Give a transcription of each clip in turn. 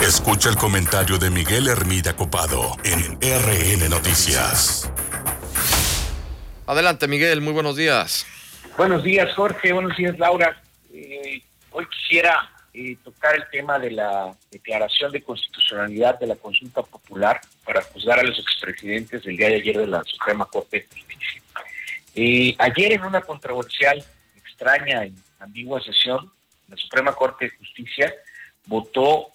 Escucha el comentario de Miguel Hermida Copado en RN Noticias. Adelante, Miguel, muy buenos días. Buenos días, Jorge, buenos días, Laura. Hoy quisiera tocar el tema de la declaración de constitucionalidad de la consulta popular para juzgar a los expresidentes del día de ayer de la Suprema Corte de Justicia. Ayer, en una controversial, extraña y ambigua sesión, la Suprema Corte de Justicia votó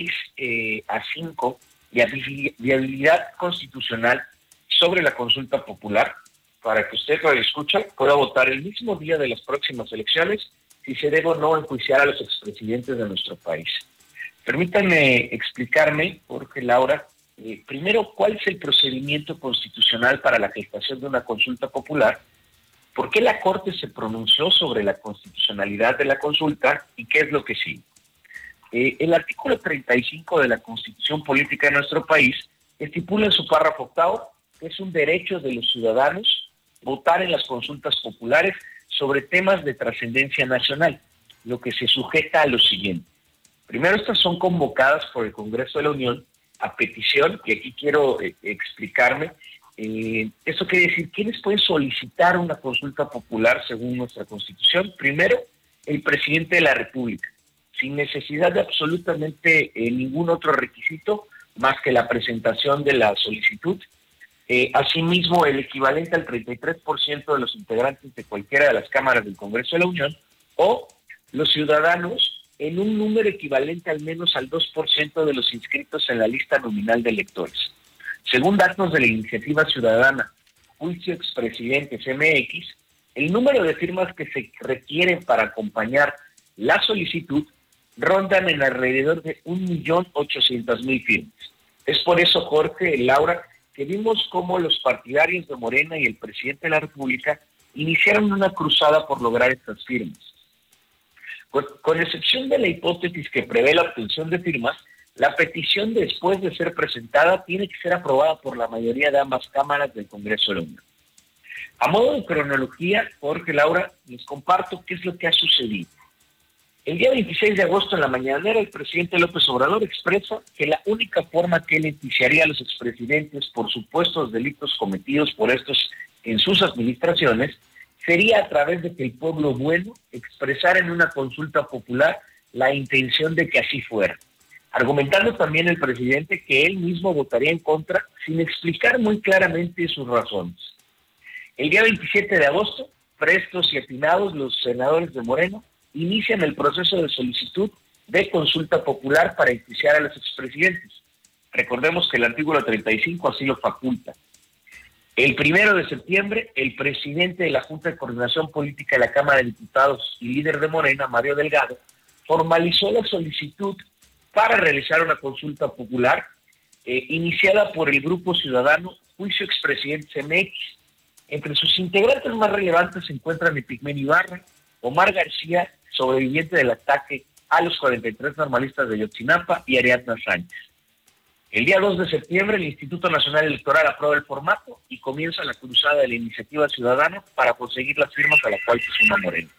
6-5 de habilidad constitucional sobre la consulta popular, para que usted, lo escucha, pueda votar el mismo día de las próximas elecciones si se debe o no enjuiciar a los expresidentes de nuestro país. Permítanme explicarme, Jorge, Laura, primero, cuál es el procedimiento constitucional para la gestación de una consulta popular, por qué la Corte se pronunció sobre la constitucionalidad de la consulta y qué es lo que sigue. El artículo 35 de la Constitución Política de nuestro país estipula en su párrafo octavo que es un derecho de los ciudadanos votar en las consultas populares sobre temas de trascendencia nacional, lo que se sujeta a lo siguiente. Primero, estas son convocadas por el Congreso de la Unión a petición, y aquí quiero explicarme. Eso quiere decir, ¿quiénes pueden solicitar una consulta popular según nuestra Constitución? Primero, el presidente de la República, sin necesidad de absolutamente ningún otro requisito más que la presentación de la solicitud. Asimismo, el equivalente al 33% de los integrantes de cualquiera de las cámaras del Congreso de la Unión, o los ciudadanos en un número equivalente al menos al 2% de los inscritos en la lista nominal de electores. Según datos de la Iniciativa Ciudadana Juicio Expresidentes MX, el número de firmas que se requieren para acompañar la solicitud rondan en alrededor de 1.800.000 firmas. Es por eso, Jorge, Laura, que vimos cómo los partidarios de Morena y el presidente de la República iniciaron una cruzada por lograr estas firmas. Con excepción de la hipótesis que prevé la obtención de firmas, la petición, después de ser presentada, tiene que ser aprobada por la mayoría de ambas cámaras del Congreso de la Unión. A modo de cronología, Jorge, Laura, les comparto qué es lo que ha sucedido. El día 26 de agosto, en la mañanera, el presidente López Obrador expresa que la única forma que él enjuiciaría a los expresidentes por supuestos delitos cometidos por estos en sus administraciones sería a través de que el pueblo bueno expresara en una consulta popular la intención de que así fuera, argumentando también el presidente que él mismo votaría en contra sin explicar muy claramente sus razones. El día 27 de agosto, prestos y atinados, los senadores de Morena inician el proceso de solicitud de consulta popular para enjuiciar a los expresidentes. Recordemos que el artículo 35 así lo faculta. El 1 de septiembre, el presidente de la Junta de Coordinación Política de la Cámara de Diputados y líder de Morena, Mario Delgado, formalizó la solicitud para realizar una consulta popular iniciada por el Grupo Ciudadano Juicio Expresidentes MX. Entre sus integrantes más relevantes se encuentran Epigmenio Ibarra, Omar García, sobreviviente del ataque a los 43 normalistas de Ayotzinapa, y Ariadna Sánchez. El día 2 de septiembre, el Instituto Nacional Electoral aprueba el formato y comienza la cruzada de la Iniciativa Ciudadana para conseguir las firmas a la cual se suma Morena.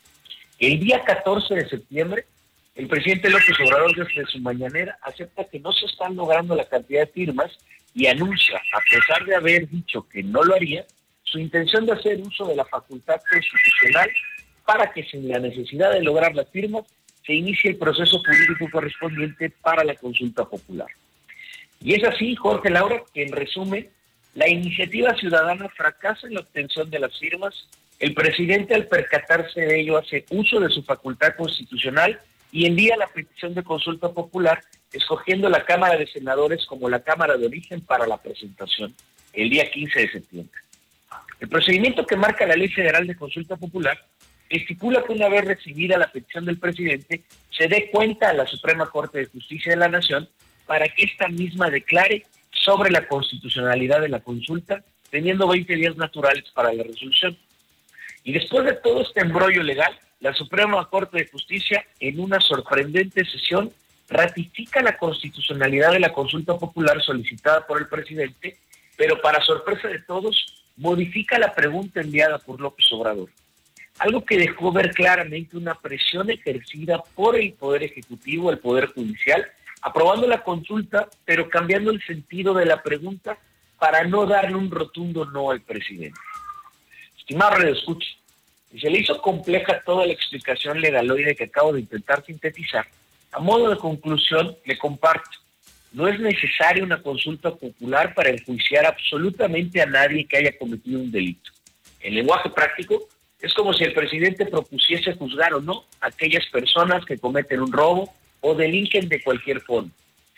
El día 14 de septiembre, el presidente López Obrador, desde su mañanera, acepta que no se están logrando la cantidad de firmas y anuncia, a pesar de haber dicho que no lo haría, su intención de hacer uso de la facultad constitucional para que, sin la necesidad de lograr las firmas, se inicie el proceso jurídico correspondiente para la consulta popular. Y es así, Jorge, Laura, que en resumen, la iniciativa ciudadana fracasa en la obtención de las firmas, el presidente, al percatarse de ello, hace uso de su facultad constitucional y envía la petición de consulta popular, escogiendo la Cámara de Senadores como la Cámara de origen para la presentación, el día 15 de septiembre. El procedimiento que marca la Ley Federal de Consulta Popular estipula que, una vez recibida la petición del presidente, se dé cuenta a la Suprema Corte de Justicia de la Nación para que ésta misma declare sobre la constitucionalidad de la consulta, teniendo 20 días naturales para la resolución. Y después de todo este embrollo legal, la Suprema Corte de Justicia, en una sorprendente sesión, ratifica la constitucionalidad de la consulta popular solicitada por el presidente, pero para sorpresa de todos, modifica la pregunta enviada por López Obrador. Algo que dejó ver claramente una presión ejercida por el Poder Ejecutivo, el Poder Judicial, aprobando la consulta, pero cambiando el sentido de la pregunta para no darle un rotundo no al presidente. Estimado radioescucha, y se le hizo compleja toda la explicación legaloide que acabo de intentar sintetizar. A modo de conclusión, le comparto. No es necesaria una consulta popular para enjuiciar absolutamente a nadie que haya cometido un delito. En lenguaje práctico, es como si el presidente propusiese juzgar o no a aquellas personas que cometen un robo o delinquen de cualquier forma.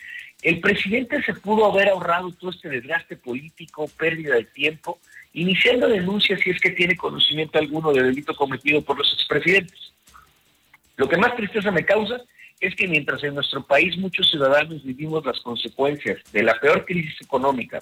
El presidente se pudo haber ahorrado todo este desgaste político, pérdida de tiempo, iniciando denuncias si es que tiene conocimiento alguno del delito cometido por los expresidentes. Lo que más tristeza me causa es que mientras en nuestro país muchos ciudadanos vivimos las consecuencias de la peor crisis económica,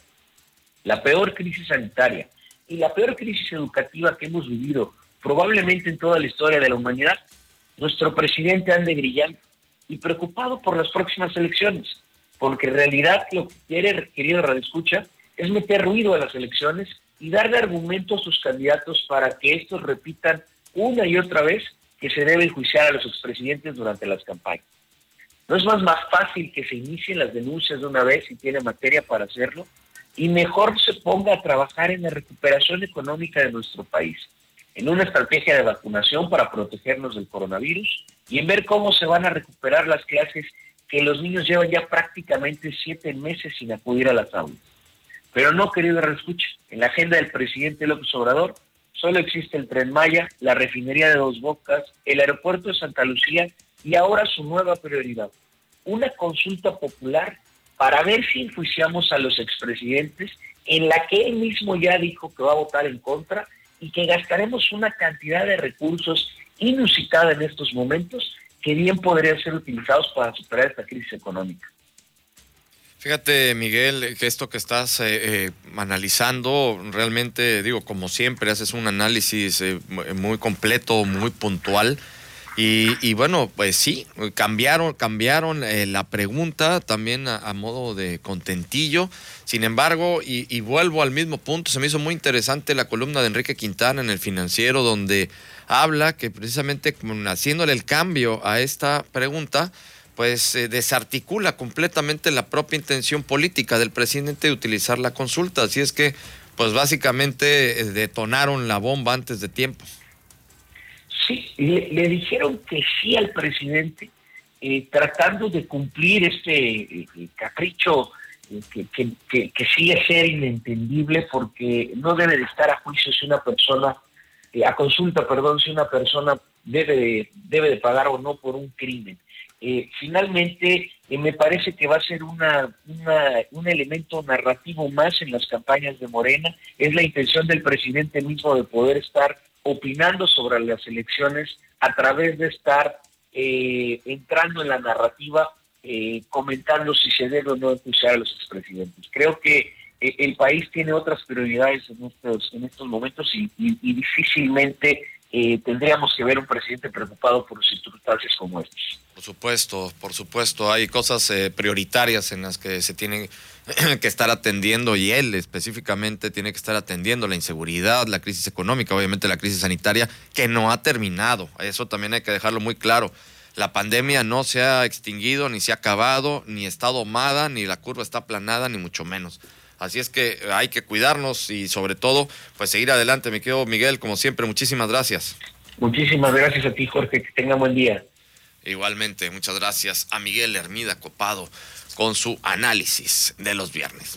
la peor crisis sanitaria y la peor crisis educativa que hemos vivido probablemente en toda la historia de la humanidad, nuestro presidente anda brillante y preocupado por las próximas elecciones, porque en realidad lo que quiere, querido radioescucha, es meter ruido a las elecciones y darle argumentos a sus candidatos para que estos repitan una y otra vez que se debe enjuiciar a los expresidentes durante las campañas. ¿No es más fácil que se inicien las denuncias de una vez si tiene materia para hacerlo? Y mejor se ponga a trabajar en la recuperación económica de nuestro país, en una estrategia de vacunación para protegernos del coronavirus y en ver cómo se van a recuperar las clases que los niños llevan ya prácticamente 7 meses sin acudir a las aulas. Pero no, querido reescucha, en la agenda del presidente López Obrador solo existe el Tren Maya, la refinería de Dos Bocas, el aeropuerto de Santa Lucía y ahora su nueva prioridad, una consulta popular para ver si enjuiciamos a los expresidentes, en la que él mismo ya dijo que va a votar en contra y que gastaremos una cantidad de recursos inusitada en estos momentos que bien podrían ser utilizados para superar esta crisis económica. Fíjate, Miguel, que esto que estás analizando, realmente, digo, como siempre, haces un análisis muy completo, muy puntual. Y bueno, pues sí, cambiaron la pregunta también a modo de contentillo. Sin embargo, y vuelvo al mismo punto, se me hizo muy interesante la columna de Enrique Quintana en El Financiero, donde habla que precisamente haciéndole el cambio a esta pregunta, pues desarticula completamente la propia intención política del presidente de utilizar la consulta. Así es que, pues básicamente detonaron la bomba antes de tiempo. Sí, le dijeron que sí al presidente, tratando de cumplir este capricho que sigue ser inentendible, porque no debe de estar a juicio si una persona, a consulta, perdón, si una persona debe de pagar o no por un crimen. Finalmente, me parece que va a ser un elemento narrativo más en las campañas de Morena. Es la intención del presidente mismo de poder estar opinando sobre las elecciones a través de estar entrando en la narrativa, comentando si se debe o no enjuiciar a los expresidentes. Creo que el país tiene otras prioridades en estos momentos y difícilmente tendríamos que ver un presidente preocupado por circunstancias como estas. Por supuesto, hay cosas prioritarias en las que se tienen que estar atendiendo, y él específicamente tiene que estar atendiendo: la inseguridad, la crisis económica, obviamente la crisis sanitaria, que no ha terminado. Eso también hay que dejarlo muy claro. La pandemia no se ha extinguido, ni se ha acabado, ni está domada, ni la curva está aplanada, ni mucho menos. Así es que hay que cuidarnos y sobre todo, pues seguir adelante. Mi querido Miguel, como siempre, muchísimas gracias. Muchísimas gracias a ti, Jorge, que tenga buen día. Igualmente, muchas gracias a Miguel Hermida Copado con su análisis de los viernes.